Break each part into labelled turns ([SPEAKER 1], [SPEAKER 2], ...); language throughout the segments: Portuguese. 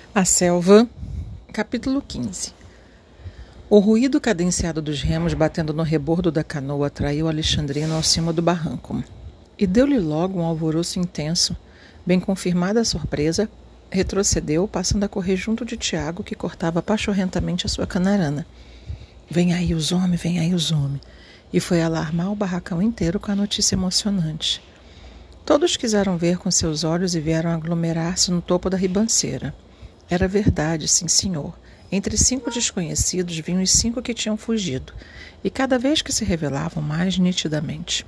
[SPEAKER 1] A Selva, capítulo 15. O ruído cadenciado dos remos batendo no rebordo da canoa atraiu Alexandrino ao cimo do barranco. E deu-lhe logo um alvoroço intenso. Bem confirmada a surpresa, retrocedeu, passando a correr junto de Tiago, que cortava pachorrentamente a sua canarana. Vem aí os homens, vem aí os homens. E foi alarmar o barracão inteiro com a notícia emocionante. Todos quiseram ver com seus olhos e vieram aglomerar-se no topo da ribanceira. Era verdade, sim, senhor. Entre 5 desconhecidos vinham os 5 que tinham fugido, e cada vez que se revelavam mais nitidamente.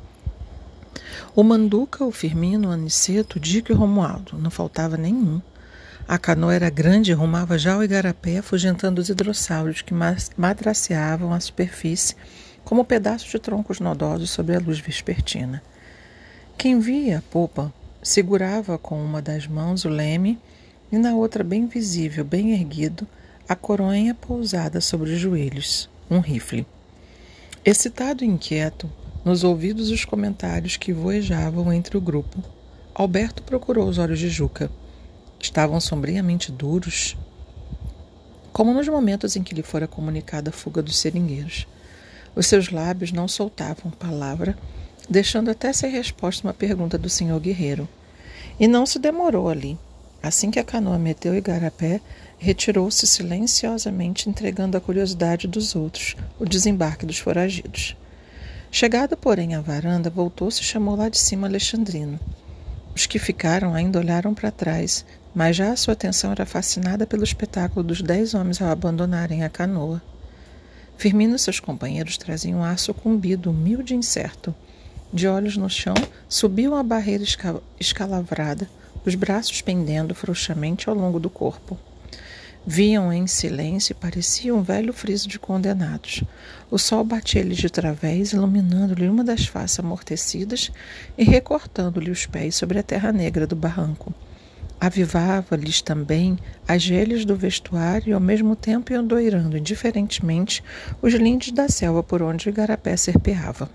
[SPEAKER 1] O Manduca, o Firmino, o Aniceto, o Dico e o Romualdo. Não faltava nenhum. A canoa era grande e rumava já ao igarapé, afugentando os hidrossauros que madraceavam a superfície como pedaços de troncos nodosos sobre a luz vespertina. Quem via a popa segurava com uma das mãos o leme e na outra, bem visível, bem erguido, a coronha pousada sobre os joelhos, um rifle. Excitado e inquieto, nos ouvidos os comentários que voejavam entre o grupo, Alberto procurou os olhos de Juca. Estavam sombriamente duros, como nos momentos em que lhe fora comunicada a fuga dos seringueiros. Os seus lábios não soltavam palavra, deixando até sem resposta uma pergunta do senhor guerreiro. E não se demorou ali. Assim que a canoa meteu o igarapé, retirou-se silenciosamente, entregando à curiosidade dos outros o desembarque dos foragidos. Chegado, porém, à varanda, voltou-se e chamou lá de cima Alexandrino. Os que ficaram ainda olharam para trás, mas já a sua atenção era fascinada pelo espetáculo dos 10 homens ao abandonarem a canoa. Firmino e seus companheiros traziam um ar sucumbido, humilde e incerto. De olhos no chão, subiam a barreira escalavrada, os braços pendendo frouxamente ao longo do corpo. Viam em silêncio e parecia um velho friso de condenados. O sol batia-lhes de través, iluminando-lhe uma das faces amortecidas e recortando-lhe os pés sobre a terra negra do barranco. Avivava-lhes também as gelhas do vestuário e ao mesmo tempo iam doirando indiferentemente os lindes da selva por onde o igarapé serpeava.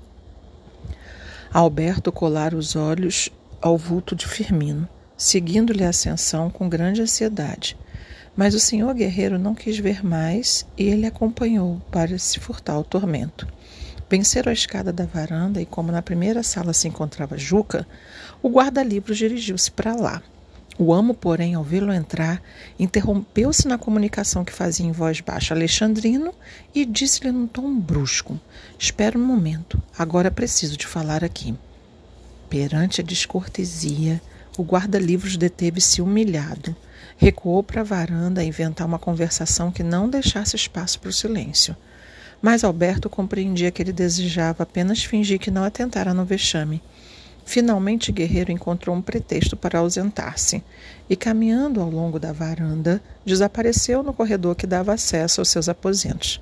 [SPEAKER 1] Alberto colara os olhos ao vulto de Firmino, seguindo-lhe a ascensão com grande ansiedade. Mas o senhor guerreiro não quis ver mais e ele acompanhou para se furtar ao tormento. Venceram a escada da varanda e, como na primeira sala se encontrava Juca, o guarda-livros dirigiu-se para lá. O amo, porém, ao vê-lo entrar, interrompeu-se na comunicação que fazia em voz baixa Alexandrino e disse-lhe num tom brusco: espera um momento, agora preciso de falar aqui. Perante a descortesia, o guarda-livros deteve-se humilhado. Recuou para a varanda a inventar uma conversação que não deixasse espaço para o silêncio. Mas Alberto compreendia que ele desejava apenas fingir que não atentara no vexame. Finalmente, Guerreiro encontrou um pretexto para ausentar-se e, caminhando ao longo da varanda, desapareceu no corredor que dava acesso aos seus aposentos.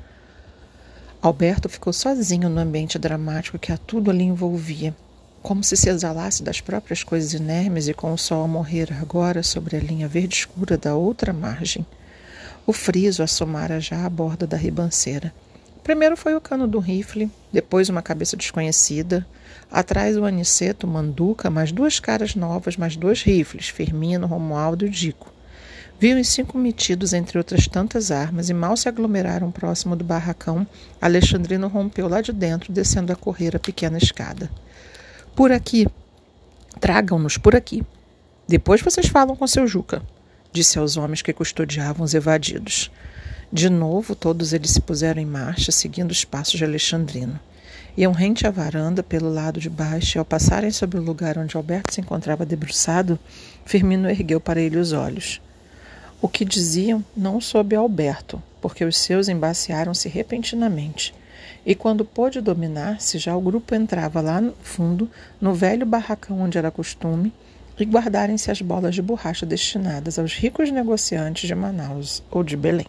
[SPEAKER 1] Alberto ficou sozinho no ambiente dramático que a tudo ali envolvia, como se exalasse das próprias coisas inermes e com o sol a morrer agora sobre a linha verde escura da outra margem. O friso assomara já à borda da ribanceira. Primeiro foi o cano do rifle, depois uma cabeça desconhecida, atrás o Aniceto, o Manduca, mais 2 caras novas, mais 2 rifles, Firmino, Romualdo e o Dico. Viam os 5 metidos entre outras tantas armas e mal se aglomeraram próximo do barracão, Alexandrino rompeu lá de dentro, descendo a correr a pequena escada. Por aqui. Tragam-nos por aqui. Depois vocês falam com seu Juca, disse aos homens que custodiavam os evadidos. De novo, todos eles se puseram em marcha, seguindo os passos de Alexandrino. Iam rente à varanda pelo lado de baixo e, ao passarem sobre o lugar onde Alberto se encontrava debruçado, Firmino ergueu para ele os olhos. O que diziam não soube Alberto, porque os seus embaciaram-se repentinamente. E quando pôde dominar-se, já o grupo entrava lá no fundo, no velho barracão onde era costume, e guardarem-se as bolas de borracha destinadas aos ricos negociantes de Manaus ou de Belém.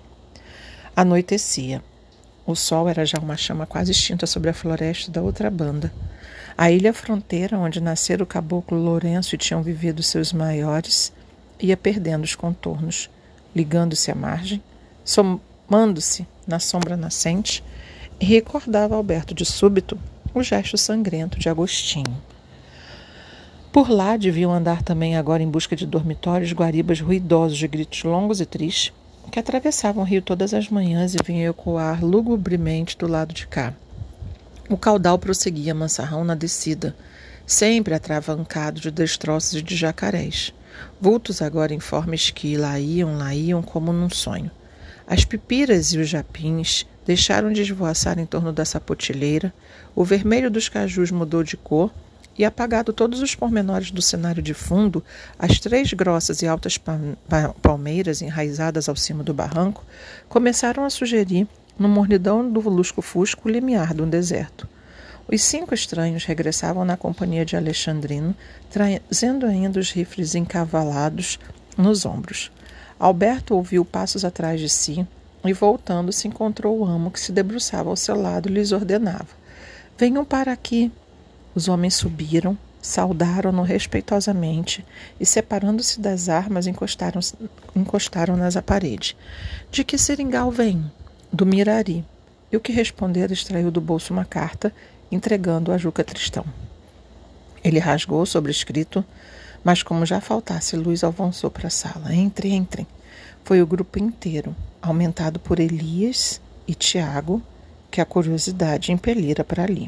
[SPEAKER 1] Anoitecia. O sol era já uma chama quase extinta sobre a floresta da outra banda. A ilha fronteira, onde nascera o caboclo Lourenço e tinham vivido seus maiores, ia perdendo os contornos, ligando-se à margem, somando-se na sombra nascente, e recordava Alberto de súbito o gesto sangrento de Agostinho. Por lá deviam andar também agora em busca de dormitórios guaribas ruidosos de gritos longos e tristes, que atravessavam o rio todas as manhãs e vinham ecoar lugubremente do lado de cá. O caudal prosseguia mansarrão na descida, sempre atravancado de destroços de jacarés. Vultos agora informes que lá iam como num sonho. As pipiras e os japins deixaram de esvoaçar em torno da sapotilheira, o vermelho dos cajus mudou de cor, e apagado todos os pormenores do cenário de fundo, as 3 grossas e altas palmeiras enraizadas ao cimo do barranco começaram a sugerir, no mornidão do lusco-fusco, o limiar de um deserto. Os 5 estranhos regressavam na companhia de Alexandrino, trazendo ainda os rifles encavalados nos ombros. Alberto ouviu passos atrás de si e, voltando, se encontrou o amo que se debruçava ao seu lado e lhes ordenava: "Venham para aqui." Os homens subiram, saudaram-no respeitosamente e, separando-se das armas, encostaram-nas à parede. "De que seringal vem?" "Do Mirari." E o que responder extraiu do bolso uma carta, entregando-a a Juca Tristão. Ele rasgou o sobrescrito, mas como já faltasse luz, avançou para a sala. Entrem. Foi o grupo inteiro, aumentado por Elias e Tiago, que a curiosidade impelira para ali.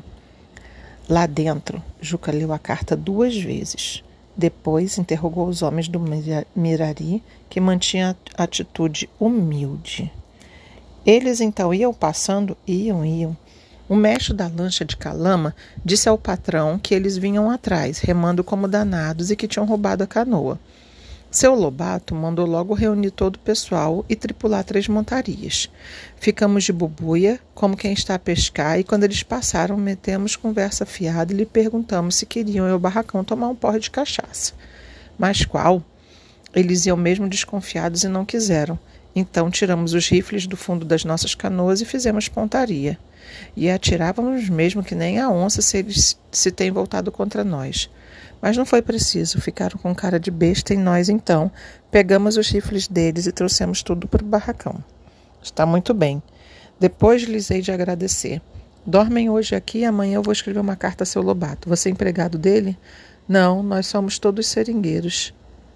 [SPEAKER 1] Lá dentro, Juca leu a carta 2 vezes. Depois interrogou os homens do Mirari, que mantinham atitude humilde. Eles então iam passando, iam. O mestre da lancha de Calama disse ao patrão que eles vinham atrás, remando como danados e que tinham roubado a canoa. Seu Lobato mandou logo reunir todo o pessoal e tripular 3 montarias. Ficamos de bubuia, como quem está a pescar, e quando eles passaram, metemos conversa fiada e lhe perguntamos se queriam ir ao barracão tomar um porre de cachaça. Mas qual? Eles iam mesmo desconfiados e não quiseram. Então tiramos os rifles do fundo das nossas canoas e fizemos pontaria. E atirávamos mesmo que nem a onça se eles se têm voltado contra nós. Mas não foi preciso, ficaram com cara de besta e nós, então, pegamos os rifles deles e trouxemos tudo para o barracão. Está muito bem. Depois lhes hei de agradecer. Dormem hoje aqui e amanhã eu vou escrever uma carta a seu Lobato. Você é empregado dele? Não, nós somos todos seringueiros.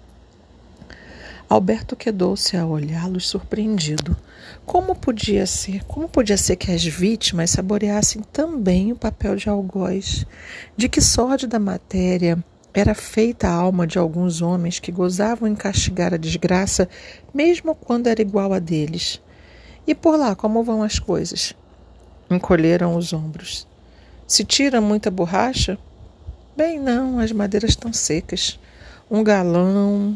[SPEAKER 1] Alberto quedou-se a olhá-los surpreendido. Como podia ser que as vítimas saboreassem também o papel de algoz? De que sórdida matéria era feita a alma de alguns homens que gozavam em castigar a desgraça, mesmo quando era igual a deles? E por lá, como vão as coisas? Encolheram os ombros. Se tira muita borracha? Bem, não, as madeiras estão secas. Um galão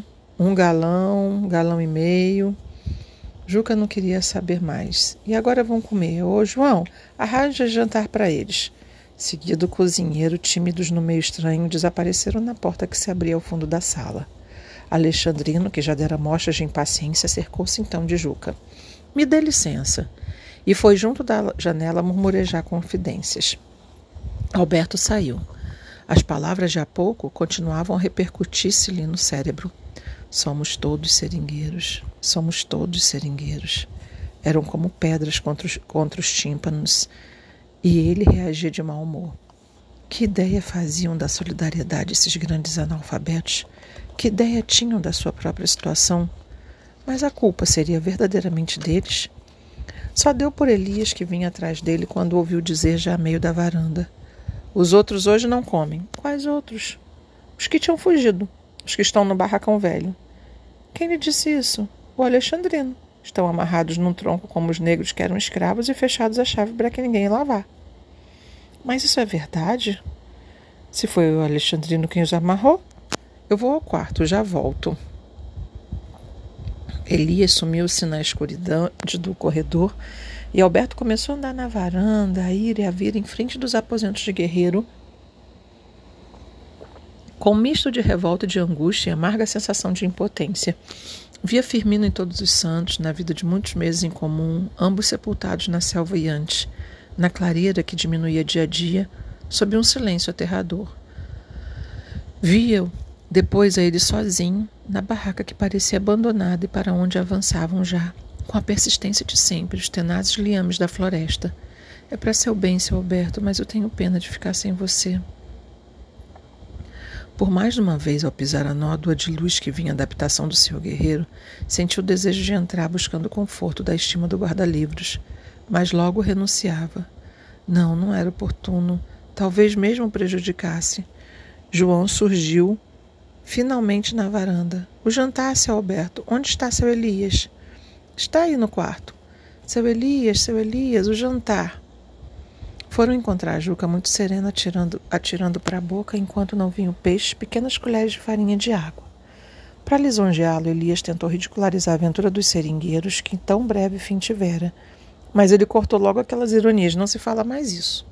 [SPEAKER 1] e meio. Juca não queria saber mais. E agora vão comer. Ô, João, arranja jantar para eles. Seguido, o cozinheiro, tímidos no meio estranho, desapareceram na porta que se abria ao fundo da sala. Alexandrino, que já dera mostras de impaciência, cercou-se então de Juca. Me dê licença. E foi junto da janela murmurejar confidências. Alberto saiu. As palavras de há pouco continuavam a repercutir-se-lhe no cérebro. Somos todos seringueiros. Eram como pedras contra os tímpanos, e ele reagia de mau humor. Que ideia faziam da solidariedade esses grandes analfabetos? Que ideia tinham da sua própria situação? Mas a culpa seria verdadeiramente deles? Só deu por Elias, que vinha atrás dele quando ouviu dizer já a meio da varanda: os outros hoje não comem. Quais outros? Os que tinham fugido. Os que estão no barracão velho. Quem lhe disse isso? O Alexandrino. Estão amarrados num tronco como os negros que eram escravos e fechados a chave para que ninguém lavar. Mas isso é verdade? Se foi o Alexandrino quem os amarrou, eu vou ao quarto, já volto. Elias sumiu-se na escuridão do corredor e Alberto começou a andar na varanda, a ir e a vir em frente dos aposentos de Guerreiro, com um misto de revolta e de angústia e amarga sensação de impotência. Via Firmino em Todos os Santos, na vida de muitos meses em comum, ambos sepultados na selva iante, na clareira que diminuía dia a dia, sob um silêncio aterrador. Via-o depois a ele sozinho, na barraca que parecia abandonada e para onde avançavam já, com a persistência de sempre, os tenazes liames da floresta. É para seu bem, seu Alberto, mas eu tenho pena de ficar sem você. Por mais de uma vez, ao pisar a nódoa de luz que vinha da habitação do Senhor Guerreiro, sentiu o desejo de entrar buscando o conforto da estima do guarda-livros, mas logo renunciava. Não era oportuno, talvez mesmo prejudicasse. João surgiu finalmente na varanda. O jantar, seu Alberto. Onde está seu Elias? Está aí no quarto. Seu Elias, o jantar. Foram encontrar a Juca muito serena, atirando para a boca, enquanto não vinha o peixe, pequenas colheres de farinha de água. Para lisonjeá-lo, Elias tentou ridicularizar a aventura dos seringueiros, que em tão breve fim tivera. Mas ele cortou logo aquelas ironias. Não se fala mais isso.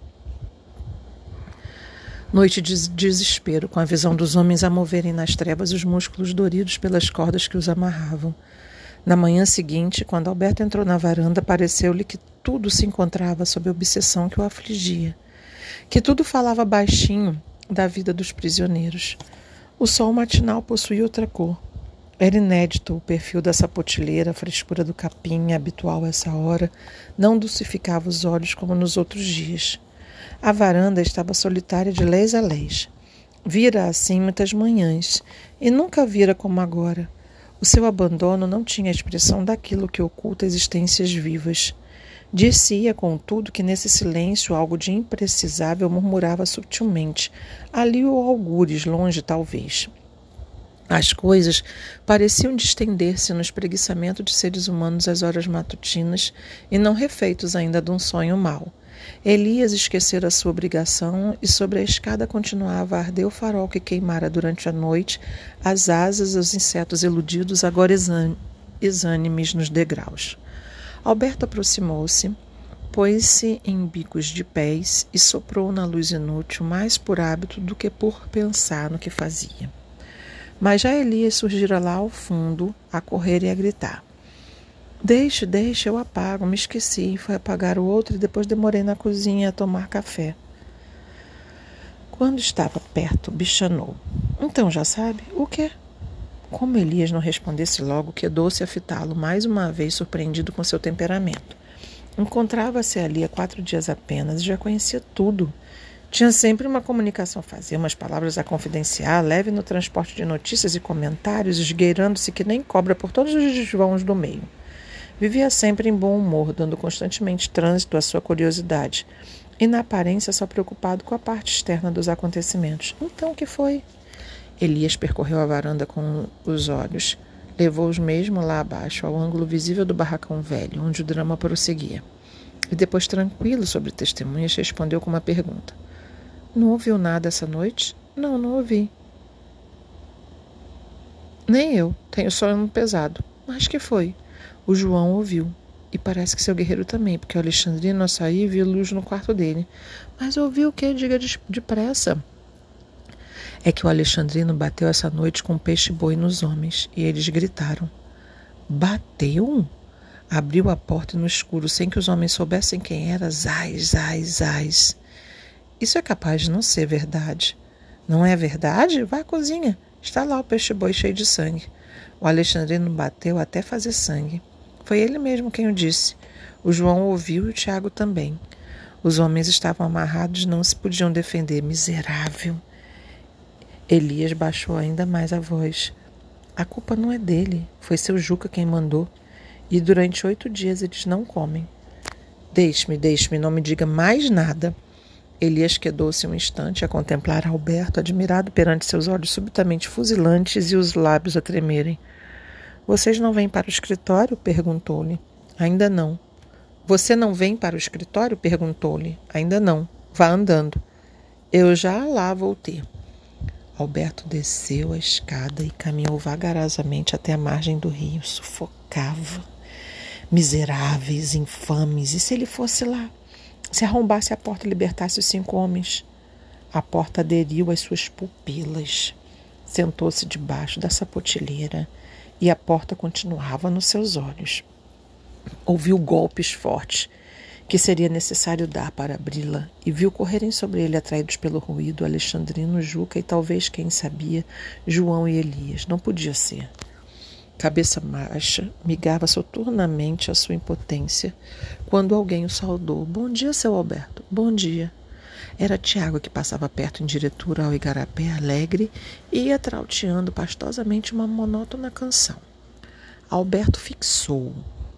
[SPEAKER 1] Noite de desespero, com a visão dos homens a moverem nas trevas os músculos doridos pelas cordas que os amarravam. Na manhã seguinte, quando Alberto entrou na varanda, pareceu-lhe que tudo se encontrava sob a obsessão que o afligia, que tudo falava baixinho da vida dos prisioneiros. O sol matinal possuía outra cor. Era inédito o perfil da sapotileira, a frescura do capim, habitual a essa hora, não dulcificava os olhos como nos outros dias. A varanda estava solitária de leis a leis. Vira assim muitas manhãs, e nunca vira como agora. O seu abandono não tinha a expressão daquilo que oculta existências vivas. Dir-se-ia, contudo, que nesse silêncio algo de imprecisável murmurava sutilmente, ali ou algures, longe talvez. As coisas pareciam distender-se no espreguiçamento de seres humanos às horas matutinas e não refeitos ainda de um sonho mau. Elias esquecera a sua obrigação e sobre a escada continuava a arder o farol que queimara durante a noite as asas dos insetos iludidos, agora exânimes nos degraus. Alberto aproximou-se, pôs-se em bicos de pés e soprou na luz inútil mais por hábito do que por pensar no que fazia. Mas já Elias surgira lá ao fundo, a correr e a gritar. Deixe, eu apago, me esqueci. Foi apagar o outro e depois demorei na cozinha a tomar café. Quando estava perto, bichanou. Então já sabe? O quê? Como Elias não respondesse logo, quedou-se a fitá-lo, mais uma vez surpreendido com seu temperamento. Encontrava-se ali há 4 dias apenas e já conhecia tudo. Tinha sempre uma comunicação a fazer, umas palavras a confidenciar, leve no transporte de notícias e comentários, esgueirando-se que nem cobra por todos os desvãos do meio. Vivia sempre em bom humor, dando constantemente trânsito à sua curiosidade, e na aparência só preocupado com a parte externa dos acontecimentos. Então, o que foi? Elias percorreu a varanda com os olhos. Levou-os mesmo lá abaixo, ao ângulo visível do barracão velho, onde o drama prosseguia. E depois, tranquilo sobre testemunhas, respondeu com uma pergunta. Não ouviu nada essa noite? Não ouvi. Nem eu. Tenho sono pesado. Mas que foi? O João ouviu. E parece que seu guerreiro também, porque o Alexandrino ao sair viu luz no quarto dele. Mas ouviu o quê? Diga depressa. É que o Alexandrino bateu essa noite com um peixe-boi nos homens, e eles gritaram. Bateu? Abriu a porta no escuro, sem que os homens soubessem quem era. Zás. Isso é capaz de não ser verdade. Não é verdade? Vá à cozinha. Está lá o peixe-boi cheio de sangue. O Alexandrino bateu até fazer sangue. Foi ele mesmo quem o disse. O João ouviu e o Tiago também. Os homens estavam amarrados e não se podiam defender. Miserável! Elias baixou ainda mais a voz. A culpa não é dele. Foi seu Juca quem mandou. E durante 8 dias eles não comem. Deixe-me, não me diga mais nada. Elias quedou-se um instante a contemplar Alberto, admirado perante seus olhos subitamente fuzilantes e os lábios a tremerem. Vocês não vêm para o escritório? Perguntou-lhe. Ainda não. Você não vem para o escritório? Perguntou-lhe. Ainda não. Vá andando. Eu já lá vou ter. Alberto desceu a escada e caminhou vagarosamente até a margem do rio. Sufocava. Miseráveis, infames. E se ele fosse lá? Se arrombasse a porta e libertasse os 5 homens? A porta aderiu às suas pupilas. Sentou-se debaixo da sapotilheira e a porta continuava nos seus olhos. Ouviu golpes fortes que seria necessário dar para abri-la e viu correrem sobre ele, atraídos pelo ruído, Alexandrino, Juca e talvez, quem sabia, João e Elias. Não podia ser. Cabeça baixa, migava soturnamente a sua impotência, quando alguém o saudou. Bom dia, seu Alberto. Bom dia. Era Tiago que passava perto em diretura ao igarapé alegre e ia trauteando pastosamente uma monótona canção. Alberto fixou-o.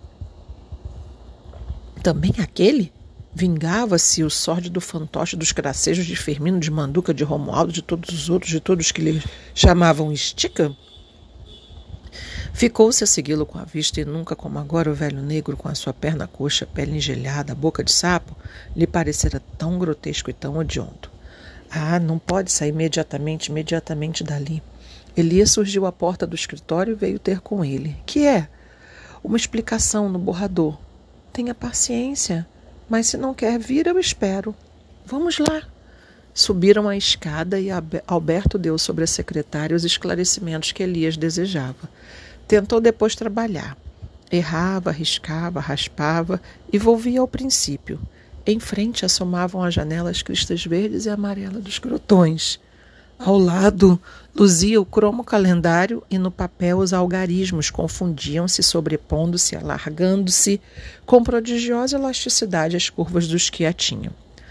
[SPEAKER 1] Também aquele? Vingava-se o sórdido fantoche dos gracejos de Firmino, de Manduca, de Romualdo, de todos os outros, de todos que lhe chamavam Estica? Ficou-se a segui-lo com a vista e nunca como agora o velho negro, com a sua perna coxa, pele engelhada, boca de sapo, lhe parecera tão grotesco e tão hediondo. Ah, não pode sair imediatamente dali. Elias surgiu à porta do escritório e veio ter com ele. Que é? Uma explicação no borrador. Tenha paciência, mas se não quer vir, eu espero. Vamos lá. Subiram a escada e Alberto deu sobre a secretária os esclarecimentos que Elias desejava. Tentou depois trabalhar. Errava, riscava, raspava e volvia ao princípio. Em frente assomavam à janela as cristas verdes e amarelas dos grotões. Ao lado luzia o cromo calendário e no papel os algarismos confundiam-se, sobrepondo-se, alargando-se, com prodigiosa elasticidade as curvas dos que a tinham.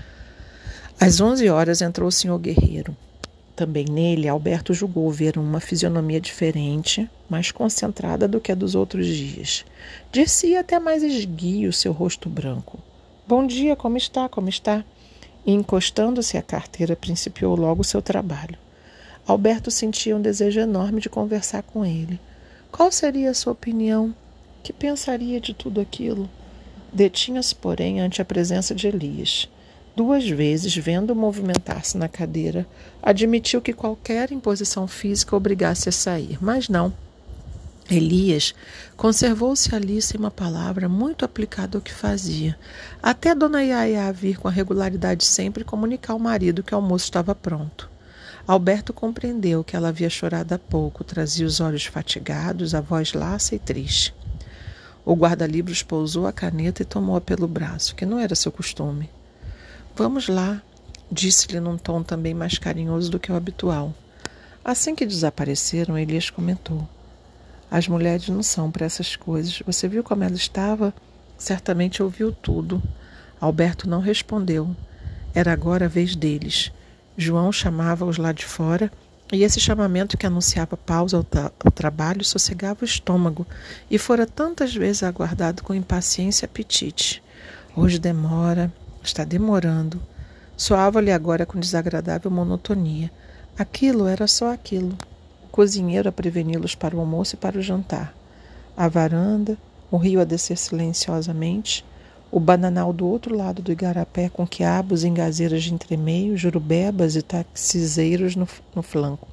[SPEAKER 1] Às 11 horas entrou o senhor Guerreiro. Também nele, Alberto julgou ver uma fisionomia diferente, mais concentrada do que a dos outros dias. Dir-se-ia até mais esguio o seu rosto branco. Bom dia, como está, como está? E, encostando-se à carteira, principiou logo o seu trabalho. Alberto sentia um desejo enorme de conversar com ele. Qual seria a sua opinião? Que pensaria de tudo aquilo? Detinha-se, porém, ante a presença de Elias. 2 vezes, vendo-o movimentar-se na cadeira, admitiu que qualquer imposição física obrigasse a sair, mas não. Elias conservou-se ali sem uma palavra, muito aplicado ao que fazia, até Dona Iaiá vir com a regularidade sempre comunicar ao marido que o almoço estava pronto. Alberto compreendeu que ela havia chorado há pouco, trazia os olhos fatigados, a voz laça e triste. O guarda-livros pousou a caneta e tomou-a pelo braço, que não era seu costume. Vamos lá, disse-lhe num tom também mais carinhoso do que o habitual. Assim que desapareceram, Elias comentou. As mulheres não são para essas coisas. Você viu como ela estava? Certamente ouviu tudo. Alberto não respondeu. Era agora a vez deles. João chamava-os lá de fora, e esse chamamento que anunciava pausa ao trabalho sossegava o estômago, e fora tantas vezes aguardado com impaciência e apetite. Hoje demora, está demorando. Soava-lhe agora com desagradável monotonia. Aquilo era só aquilo. O cozinheiro a preveni-los para o almoço e para o jantar. A varanda, o rio a descer silenciosamente, o bananal do outro lado do igarapé com quiabos e engazeiras de entremeio, jurubebas e taxizeiros no flanco.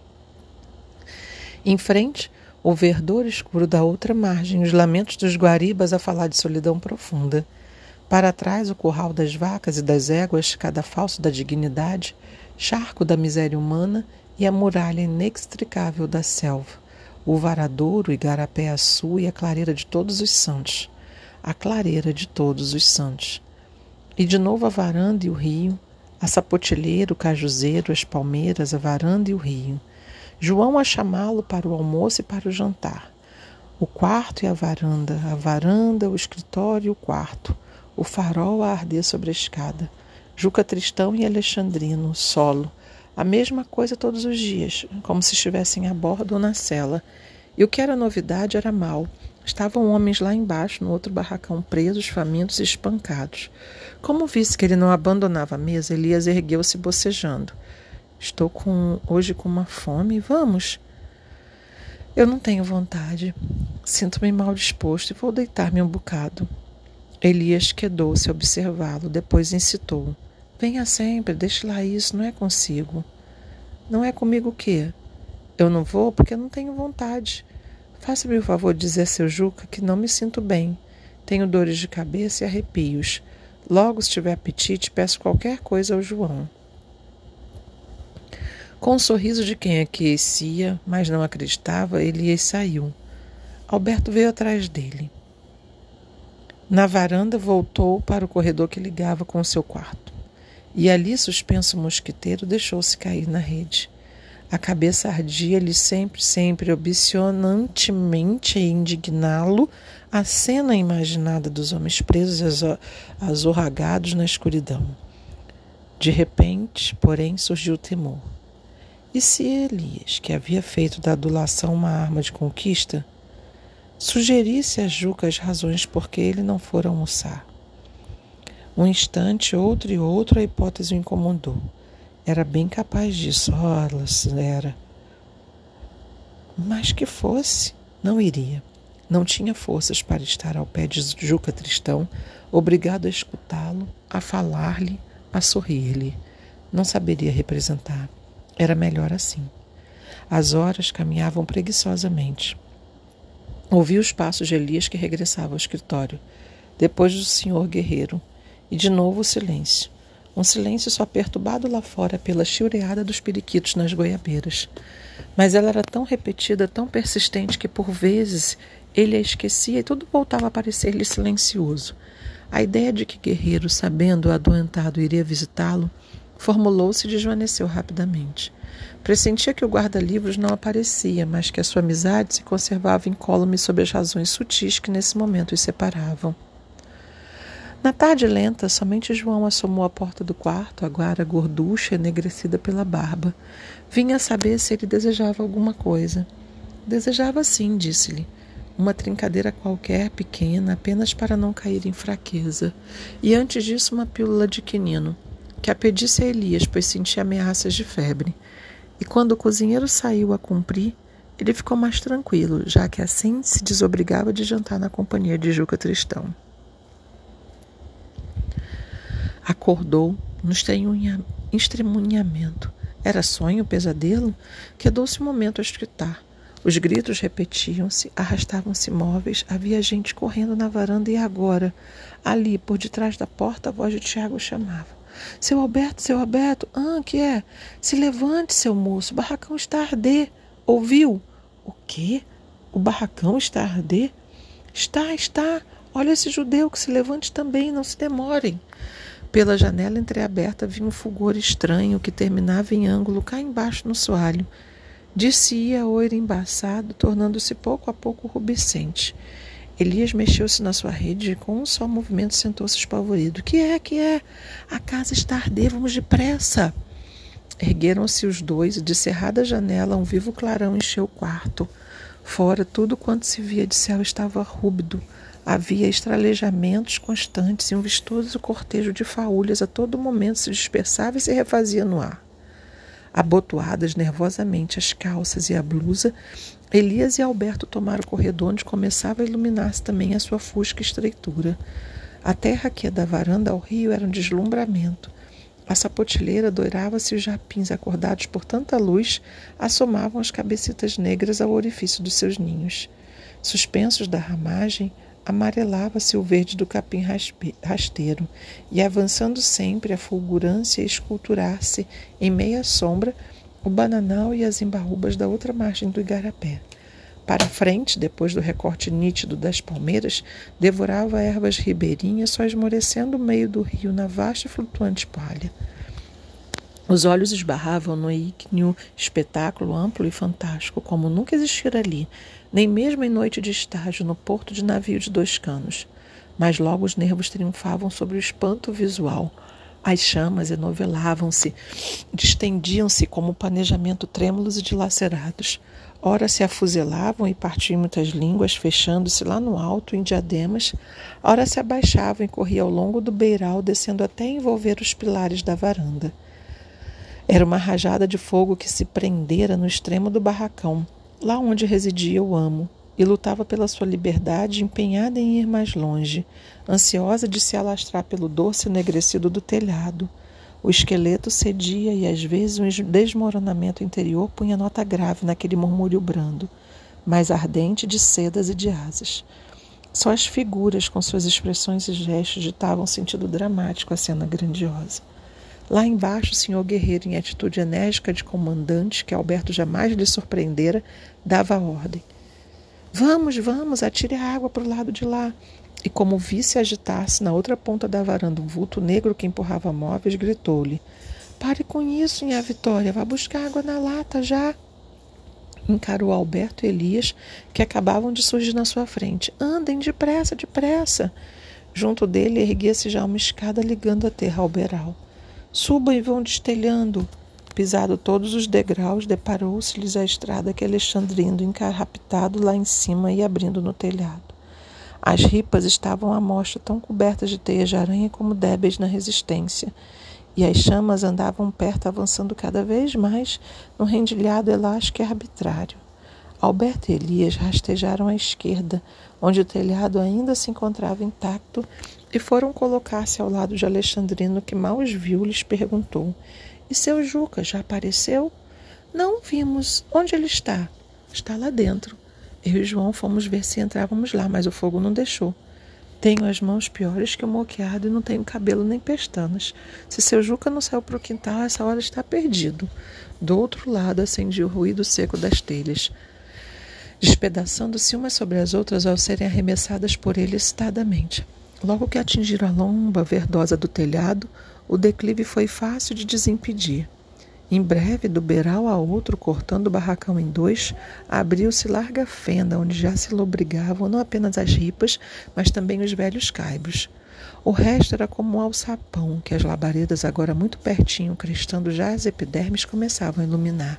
[SPEAKER 1] Em frente, o verdor escuro da outra margem, os lamentos dos guaribas a falar de solidão profunda. Para trás, o curral das vacas e das éguas, cada falso da dignidade, charco da miséria humana e a muralha inextricável da selva, o varadouro, o igarapé-açu e a clareira de todos os santos. A clareira de todos os santos. E de novo a varanda e o rio, a sapotilheira, o cajuzeiro, as palmeiras, a varanda e o rio. João a chamá-lo para o almoço e para o jantar. O quarto e a varanda, o escritório e o quarto. O farol a arder sobre a escada. Juca Tristão e Alexandrino, solo. A mesma coisa todos os dias, como se estivessem a bordo ou na cela. E o que era novidade era mal. Estavam homens lá embaixo, no outro barracão, presos, famintos e espancados. Como visse que ele não abandonava a mesa, Elias ergueu-se bocejando. Estou hoje com uma fome. Vamos. Eu não tenho vontade. Sinto-me mal disposto e vou deitar-me um bocado. Elias quedou-se a observá-lo, depois incitou. Venha sempre, deixe lá isso, não é consigo. Não é comigo o quê? Eu não vou porque eu não tenho vontade. Faça-me o favor de dizer a seu Juca que não me sinto bem. Tenho dores de cabeça e arrepios. Logo, se tiver apetite, peço qualquer coisa ao João. Com um sorriso de quem aquecia, mas não acreditava, Elias saiu. Alberto veio atrás dele. Na varanda, voltou para o corredor que ligava com o seu quarto. E ali, suspenso o mosquiteiro, deixou-se cair na rede. A cabeça ardia-lhe sempre, ambicionantemente a indigná-lo a cena imaginada dos homens presos e azorragados na escuridão. De repente, porém, surgiu o temor. E se Elias, que havia feito da adulação uma arma de conquista, sugerisse a Juca as razões por que ele não fora almoçar? Um instante, outro e outro, a hipótese o incomodou. Era bem capaz disso, era. Mas que fosse, não iria. Não tinha forças para estar ao pé de Juca Tristão, obrigado a escutá-lo, a falar-lhe, a sorrir-lhe. Não saberia representar. Era melhor assim. As horas caminhavam preguiçosamente. Ouvi os passos de Elias que regressava ao escritório, depois do senhor guerreiro, e de novo o silêncio. Um silêncio só perturbado lá fora pela chilreada dos periquitos nas goiabeiras. Mas ela era tão repetida, tão persistente, que por vezes ele a esquecia e tudo voltava a parecer-lhe silencioso. A ideia de que Guerreiro, sabendo-o adoentado, iria visitá-lo, formulou-se e desvaneceu rapidamente. Pressentia que o guarda-livros não aparecia, mas que a sua amizade se conservava incólume sob as razões sutis que nesse momento os separavam. Na tarde lenta, somente João assomou à porta do quarto, agora gorducha, enegrecida pela barba. Vinha saber se ele desejava alguma coisa. Desejava sim, disse-lhe. Uma trincadeira qualquer, pequena, apenas para não cair em fraqueza. E antes disso uma pílula de quinino, que a pedisse a Elias, pois sentia ameaças de febre. E quando o cozinheiro saiu a cumprir, ele ficou mais tranquilo, já que assim se desobrigava de jantar na companhia de Juca Tristão. Acordou no estremunhamento. Era sonho, pesadelo? Quedou-se um momento a escutar. Os gritos repetiam-se, arrastavam-se móveis, havia gente correndo na varanda e agora, ali, por detrás da porta, a voz de Tiago chamava. Seu Alberto, que é? Se levante, seu moço, o barracão está a arder. Ouviu? O quê? O barracão está a arder? Está. Olha esse judeu que se levante também, não se demorem. Pela janela entreaberta vinha um fulgor estranho que terminava em ângulo cá embaixo no soalho. Descia oiro embaçado, tornando-se pouco a pouco rubescente. Elias mexeu-se na sua rede e com um só movimento sentou-se espavorido. Que é? A casa está a arder, vamos depressa. Ergueram-se os dois e de cerrada janela um vivo clarão encheu o quarto. Fora, tudo quanto se via de céu estava rúbido. Havia estralejamentos constantes e um vistoso cortejo de faúlhas a todo momento se dispersava e se refazia no ar. Abotoadas nervosamente as calças e a blusa, Elias e Alberto tomaram o corredor onde começava a iluminar-se também a sua fusca estreitura. A terra que ia da varanda ao rio era um deslumbramento. A sapotilheira doirava-se e os japins, acordados por tanta luz, assomavam as cabecitas negras ao orifício dos seus ninhos. Suspensos da ramagem, amarelava-se o verde do capim rasteiro, e avançando sempre a fulgurância esculturar-se em meia sombra o bananal e as embaúbas da outra margem do igarapé. Para frente, depois do recorte nítido das palmeiras, devorava ervas ribeirinhas, só esmorecendo o meio do rio na vasta e flutuante palha. Os olhos esbarravam no ígneo espetáculo amplo e fantástico, como nunca existira ali, nem mesmo em noite de estágio no porto de navio de 2 canos. Mas logo os nervos triunfavam sobre o espanto visual. As chamas enovelavam-se, distendiam-se como planejamento trêmulos e dilacerados. Ora se afuzelavam e partiam muitas línguas, fechando-se lá no alto em diademas. Ora se abaixavam e corriam ao longo do beiral, descendo até envolver os pilares da varanda. Era uma rajada de fogo que se prendera no extremo do barracão, lá onde residia o amo, e lutava pela sua liberdade, empenhada em ir mais longe, ansiosa de se alastrar pelo dorso enegrecido do telhado. O esqueleto cedia e às vezes um desmoronamento interior punha nota grave naquele murmúrio brando, mais ardente de sedas e de asas. Só as figuras, com suas expressões e gestos, ditavam sentido dramático à cena grandiosa. Lá embaixo, o senhor guerreiro, em atitude enérgica de comandante, que Alberto jamais lhe surpreendera, dava a ordem. Vamos, atire a água para o lado de lá. E como visse agitar-se na outra ponta da varanda um vulto negro que empurrava móveis, gritou-lhe. Pare com isso, Nhá Vitória, vá buscar água na lata já. Encarou Alberto e Elias, que acabavam de surgir na sua frente. Andem, depressa. Junto dele erguia-se já uma escada ligando a terra ao beiral. Subam e vão destelhando. Pisado todos os degraus, deparou-se-lhes a estrada que Alexandrino, encarrapitado lá em cima e abrindo no telhado. As ripas estavam à mostra, tão cobertas de teias de aranha como débeis na resistência, e as chamas andavam perto, avançando cada vez mais num rendilhado elástico e arbitrário. Alberto e Elias rastejaram à esquerda, onde o telhado ainda se encontrava intacto, e foram colocar-se ao lado de Alexandrino, que mal os viu, lhes perguntou: "E seu Juca já apareceu?" "Não vimos. Onde ele está?" "Está lá dentro. Eu e João fomos ver se entrávamos lá, mas o fogo não deixou. Tenho as mãos piores que o moqueado e não tenho cabelo nem pestanas. Se seu Juca não saiu para o quintal, essa hora está perdido." Do outro lado acendia o ruído seco das telhas, despedaçando-se umas sobre as outras ao serem arremessadas por ele excitadamente. Logo que atingiram a lomba verdosa do telhado, o declive foi fácil de desimpedir. Em breve, do beiral a outro, cortando o barracão em dois, abriu-se larga fenda, onde já se lobrigavam não apenas as ripas, mas também os velhos caibros. O resto era como um alçapão, que as labaredas, agora muito pertinho, crestando já as epidermes, começavam a iluminar.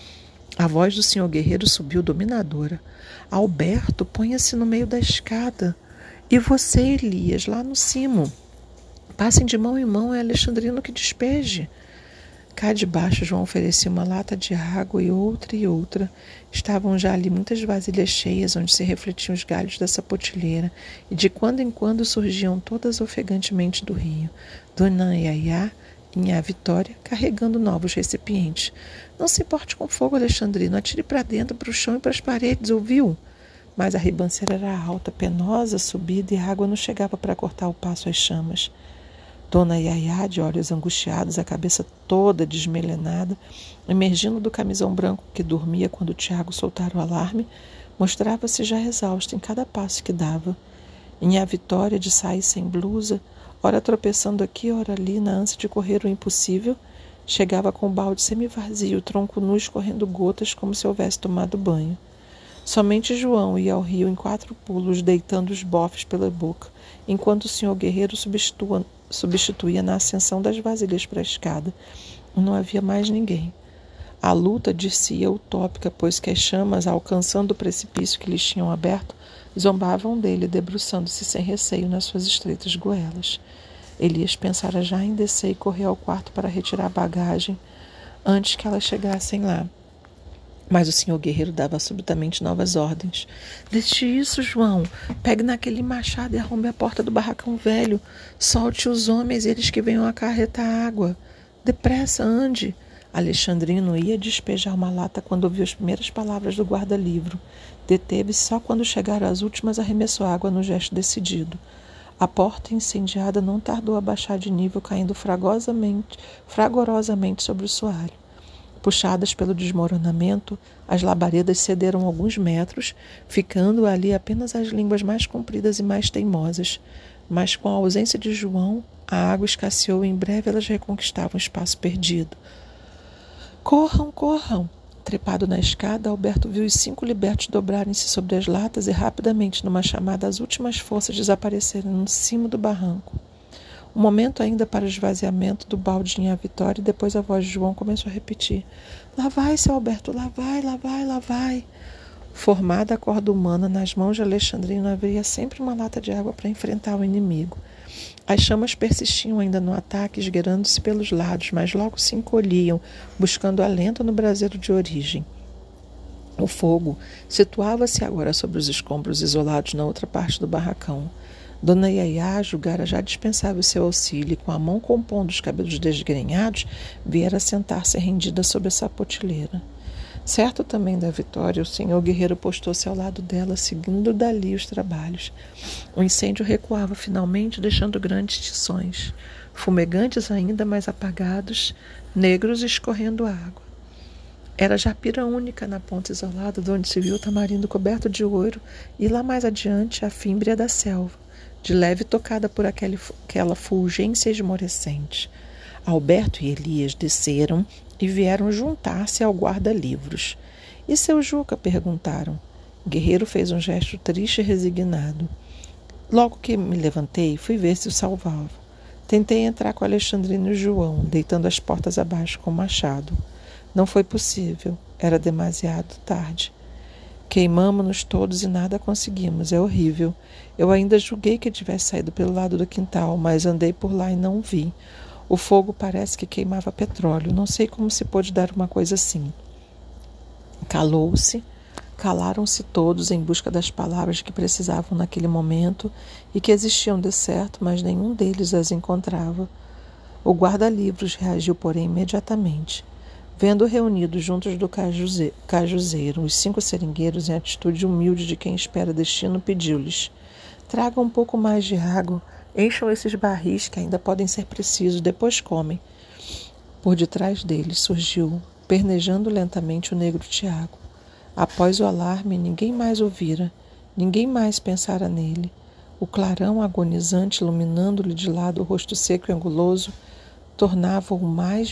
[SPEAKER 1] A voz do senhor guerreiro subiu dominadora. "Alberto, ponha-se no meio da escada. E você, Elias, lá no cimo. Passem de mão em mão, é Alexandrino que despeje." Cá de baixo, João oferecia uma lata de água e outra e outra. Estavam já ali muitas vasilhas cheias, onde se refletiam os galhos da sapotilheira, e de quando em quando surgiam todas ofegantemente do rio. Dona Yayá e Nhá Vitória carregando novos recipientes. "Não se importe com fogo, Alexandrino. Atire para dentro, para o chão e para as paredes, ouviu?" Mas a ribanceira era alta, penosa, subida, e a água não chegava para cortar o passo às chamas. Dona Yayá, de olhos angustiados, a cabeça toda desmelenada, emergindo do camisão branco que dormia quando Tiago soltara o alarme, mostrava-se já exausta em cada passo que dava. Nhá Vitória, de sair sem blusa, ora tropeçando aqui, ora ali, na ânsia de correr o impossível, chegava com o balde semivazio, o tronco nu escorrendo gotas como se houvesse tomado banho. Somente João ia ao rio em 4 pulos, deitando os bofes pela boca, enquanto o senhor guerreiro substituía na ascensão das vasilhas para a escada. Não havia mais ninguém. A luta dir-se-ia utópica, pois que as chamas, alcançando o precipício que lhes tinham aberto, zombavam dele, debruçando-se sem receio nas suas estreitas goelas. Elias pensara já em descer e correr ao quarto para retirar a bagagem antes que elas chegassem lá. Mas o senhor guerreiro dava subitamente novas ordens. "Deixe isso, João. Pegue naquele machado e arrombe a porta do barracão velho. Solte os homens, eles que venham acarretar água. Depressa, ande." Alexandrino ia despejar uma lata quando ouviu as primeiras palavras do guarda-livro. Deteve-se só quando chegaram as últimas, arremessou água no gesto decidido. A porta incendiada não tardou a baixar de nível, caindo fragorosamente sobre o soalho. Puxadas pelo desmoronamento, as labaredas cederam alguns metros, ficando ali apenas as línguas mais compridas e mais teimosas. Mas com a ausência de João, a água escasseou e em breve elas reconquistavam o espaço perdido. "Corram, corram!" Trepado na escada, Alberto viu os 5 libertos dobrarem-se sobre as latas e rapidamente, numa chamada, as últimas forças desaparecerem no cimo do barranco. Um momento ainda para o esvaziamento do balde em A Vitória, e depois a voz de João começou a repetir: "Lá vai, seu Alberto, lá vai, lá vai, lá vai." Formada a corda humana, nas mãos de Alexandrino havia sempre uma lata de água para enfrentar o inimigo. As chamas persistiam ainda no ataque, esgueirando-se pelos lados, mas logo se encolhiam, buscando alento no braseiro de origem. O fogo situava-se agora sobre os escombros isolados na outra parte do barracão. Dona Yayá julgara já dispensável seu auxílio e, com a mão compondo os cabelos desgrenhados, viera sentar-se rendida sobre a sapotilheira. Certo também da vitória, o senhor guerreiro postou-se ao lado dela, seguindo dali os trabalhos. O incêndio recuava finalmente, deixando grandes tições, fumegantes ainda, mas apagados, negros, escorrendo água. Era já pira única na ponta isolada, de onde se viu o tamarindo coberto de ouro, e lá mais adiante a fímbria da selva, de leve tocada por aquela fulgência esmorecente. Alberto e Elias desceram e vieram juntar-se ao guarda-livros. "E seu Juca?" perguntaram. O guerreiro fez um gesto triste e resignado. "Logo que me levantei, fui ver se o salvava. Tentei entrar com Alexandrino e João, deitando as portas abaixo com o machado. Não foi possível, era demasiado tarde. Queimamo-nos todos e nada conseguimos, é horrível. Eu ainda julguei que tivesse saído pelo lado do quintal, mas andei por lá e não vi. O fogo parece que queimava petróleo, não sei como se pôde dar uma coisa assim. Calaram-se todos em busca das palavras que precisavam naquele momento e que existiam de certo, mas nenhum deles as encontrava. O guarda-livros reagiu, porém, imediatamente. Vendo reunidos juntos do cajuzeiro os 5 seringueiros em atitude humilde de quem espera destino, pediu-lhes: tragam um pouco mais de água, encham esses barris que ainda podem ser precisos, depois comem. Por detrás deles surgiu, pernejando lentamente, o negro Tiago. Após o alarme, ninguém mais ouvira, ninguém mais pensara nele. O clarão agonizante, iluminando-lhe de lado o rosto seco e anguloso, tornava-o mais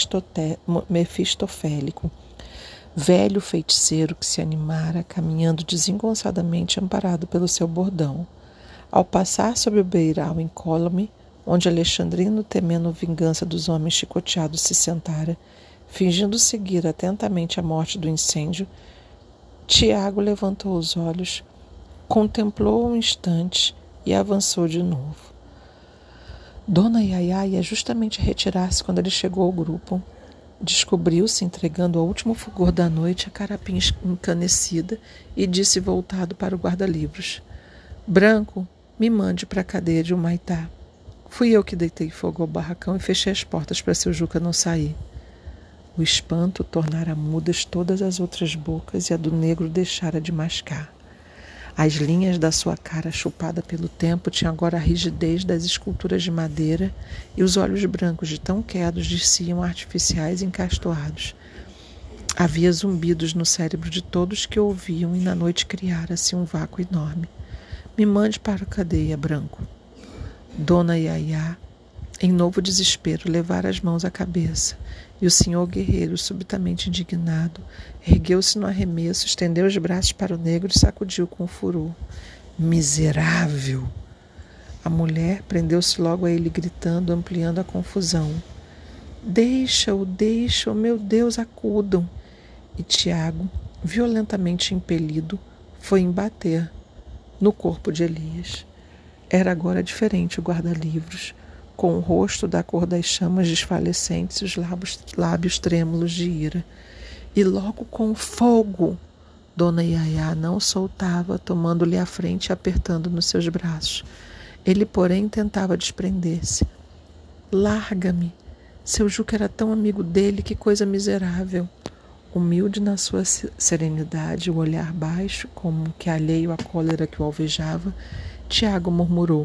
[SPEAKER 1] mefistofélico. Velho feiticeiro que se animara, caminhando desengonçadamente amparado pelo seu bordão. Ao passar sobre o beiral incólume, onde Alexandrino, temendo vingança dos homens chicoteados, se sentara, fingindo seguir atentamente a morte do incêndio, Tiago levantou os olhos, contemplou um instante e avançou de novo. Dona Yayá ia justamente retirar-se quando ele chegou ao grupo. Descobriu-se, entregando ao último fulgor da noite a carapinha encanecida, e disse voltado para o guarda-livros: Branco, me mande para a cadeia de Humaitá. Fui eu que deitei fogo ao barracão e fechei as portas para seu Juca não sair. O espanto tornara mudas todas as outras bocas e a do negro deixara de mascar. As linhas da sua cara, chupada pelo tempo, tinham agora a rigidez das esculturas de madeira e os olhos brancos, de tão quedos, desciam artificiais e encastoados. Havia zumbidos no cérebro de todos que ouviam e na noite criara-se um vácuo enorme. Me mande para a cadeia, Branco. Dona Yayá, em novo desespero, levara as mãos à cabeça, e o senhor guerreiro, subitamente indignado, ergueu-se no arremesso, estendeu os braços para o negro e sacudiu com furor. Miserável! A mulher prendeu-se logo a ele, gritando, ampliando a confusão. Deixa-o, meu Deus, acudam! E Tiago, violentamente impelido, foi embater no corpo de Elias. Era agora diferente o guarda-livros, com o rosto da cor das chamas desfalecentes e os lábios trêmulos de ira. E logo com fogo, Dona Yayá não soltava, tomando-lhe a frente e apertando nos seus braços. Ele, porém, tentava desprender-se. Larga-me! Seu Juca era tão amigo dele, que coisa miserável! Humilde na sua serenidade, o olhar baixo, como que alheio à cólera que o alvejava, Tiago murmurou: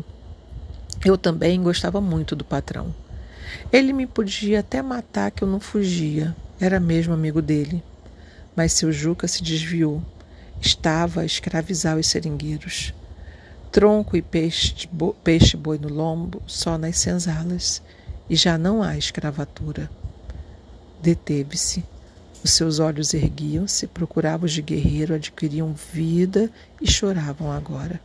[SPEAKER 1] eu também gostava muito do patrão. Ele me podia até matar que eu não fugia. Era mesmo amigo dele. Mas seu Juca se desviou. Estava a escravizar os seringueiros. Tronco e peixe-boi no lombo, só nas senzalas. E já não há escravatura. Deteve-se. Os seus olhos erguiam-se, procuravam os de guerreiro, adquiriam vida e choravam agora.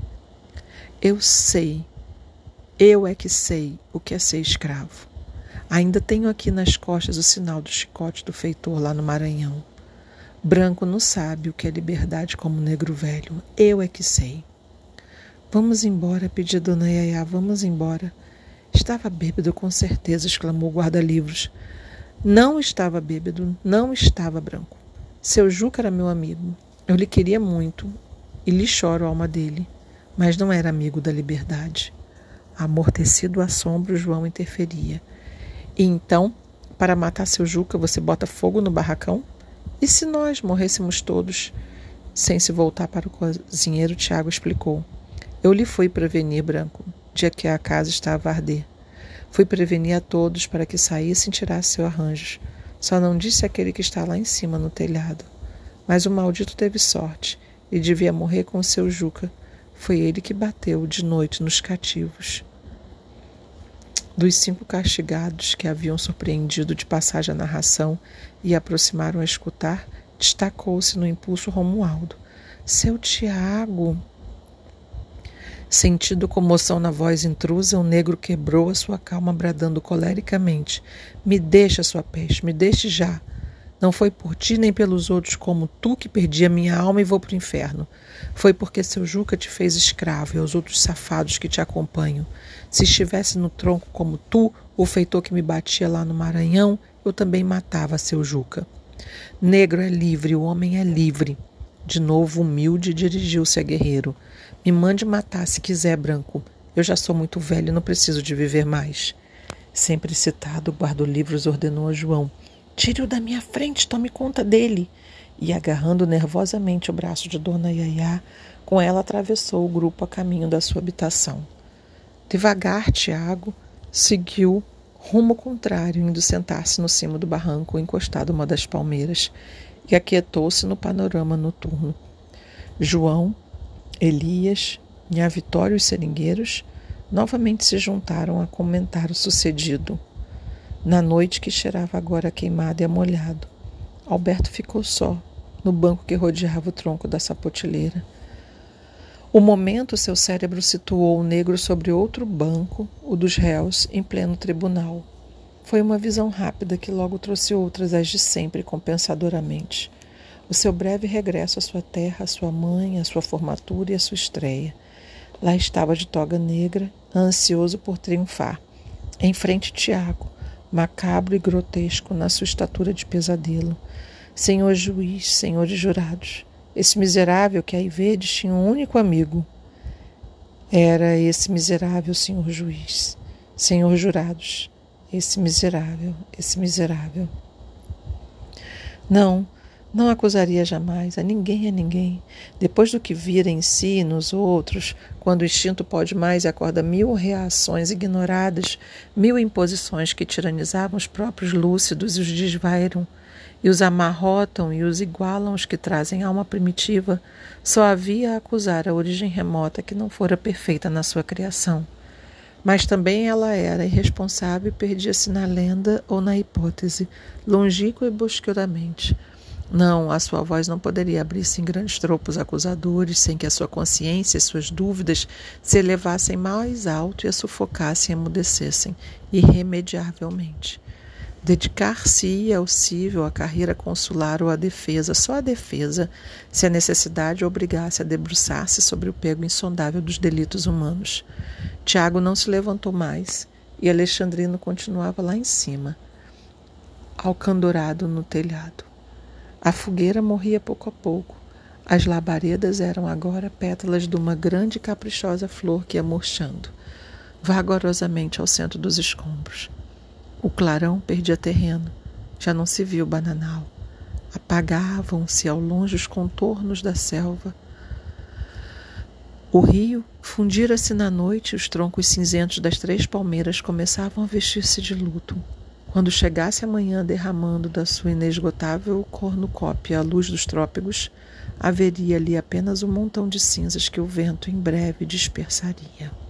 [SPEAKER 1] Eu é que sei o que é ser escravo. Ainda tenho aqui nas costas o sinal do chicote do feitor lá no Maranhão. Branco não sabe o que é liberdade como negro velho. Eu é que sei. Vamos embora, pediu Dona Yayá, vamos embora. Estava bêbado, com certeza, exclamou o guarda-livros. Não estava bêbado, não estava, Branco. Seu Juca era meu amigo. Eu lhe queria muito e lhe choro a alma dele, mas não era amigo da liberdade. Amortecido assombro, João interferia. E então, para matar seu Juca, você bota fogo no barracão? E se nós morrêssemos todos? Sem se voltar para o cozinheiro, Tiago explicou. Eu lhe fui prevenir, Branco, dia que a casa estava a arder. Fui prevenir a todos para que saíssem e tirassem seu arranjo. Só não disse aquele que está lá em cima no telhado. Mas o maldito teve sorte e devia morrer com o seu Juca. Foi ele que bateu de noite nos cativos. Dos 5 castigados que haviam surpreendido de passagem a narração e aproximaram a escutar, destacou-se no impulso Romualdo. Seu Tiago! Sentindo comoção na voz intrusa, o negro quebrou a sua calma, bradando colericamente: Me deixa, sua peste, me deixe já. Não foi por ti nem pelos outros como tu que perdi a minha alma e vou para o inferno. Foi porque seu Juca te fez escravo e aos outros safados que te acompanham. Se estivesse no tronco como tu, o feitor que me batia lá no Maranhão, eu também matava seu Juca. Negro é livre, o homem é livre. De novo, humilde, dirigiu-se a guerreiro. Me mande matar se quiser, Branco. Eu já sou muito velho e não preciso de viver mais. Sempre excitado, o guarda-livros ordenou a João: Tire-o da minha frente, tome conta dele. E, agarrando nervosamente o braço de Dona Yayá, com ela atravessou o grupo a caminho da sua habitação. Devagar, Tiago seguiu rumo contrário, indo sentar-se no cimo do barranco, encostado a uma das palmeiras, e aquietou-se no panorama noturno. João, Elias, Nhá Vitória e os seringueiros novamente se juntaram a comentar o sucedido. Na noite que cheirava agora queimado e amolhado, Alberto ficou só, no banco que rodeava o tronco da sapotileira. O momento, seu cérebro situou o negro sobre outro banco, o dos réus, em pleno tribunal. Foi uma visão rápida que logo trouxe outras, as de sempre, compensadoramente. O seu breve regresso à sua terra, à sua mãe, à sua formatura e à sua estreia. Lá estava de toga negra, ansioso por triunfar. Em frente, Tiago, macabro e grotesco na sua estatura de pesadelo. Senhor juiz, senhores jurados, esse miserável que aí vedes tinha um único amigo. Era esse miserável, senhor juiz, senhor jurados, esse miserável. Não acusaria jamais a ninguém. Depois do que vira em si e nos outros, quando o instinto pode mais e acorda 1000 reações ignoradas, 1000 imposições que tiranizavam os próprios lúcidos e os desvairam, e os amarrotam e os igualam os que trazem alma primitiva, só havia a acusar a origem remota que não fora perfeita na sua criação. Mas também ela era irresponsável e perdia-se na lenda ou na hipótese, longínqua e obscuramente. Não, a sua voz não poderia abrir-se em grandes tropos acusadores sem que a sua consciência e suas dúvidas se elevassem mais alto e a sufocassem e emudecessem, irremediavelmente. Dedicar-se-ia ao cível, à carreira consular ou à defesa, só à defesa, se a necessidade o obrigasse a debruçar-se sobre o pego insondável dos delitos humanos. Tiago não se levantou mais e Alexandrino continuava lá em cima, alcandorado no telhado. A fogueira morria pouco a pouco. As labaredas eram agora pétalas de uma grande e caprichosa flor que ia murchando, vagarosamente ao centro dos escombros. O clarão perdia terreno. Já não se via o bananal. Apagavam-se ao longe os contornos da selva. O rio fundira-se na noite e os troncos cinzentos das 3 palmeiras começavam a vestir-se de luto. Quando chegasse a manhã derramando da sua inesgotável cornucópia a luz dos trópicos, haveria ali apenas um montão de cinzas que o vento em breve dispersaria.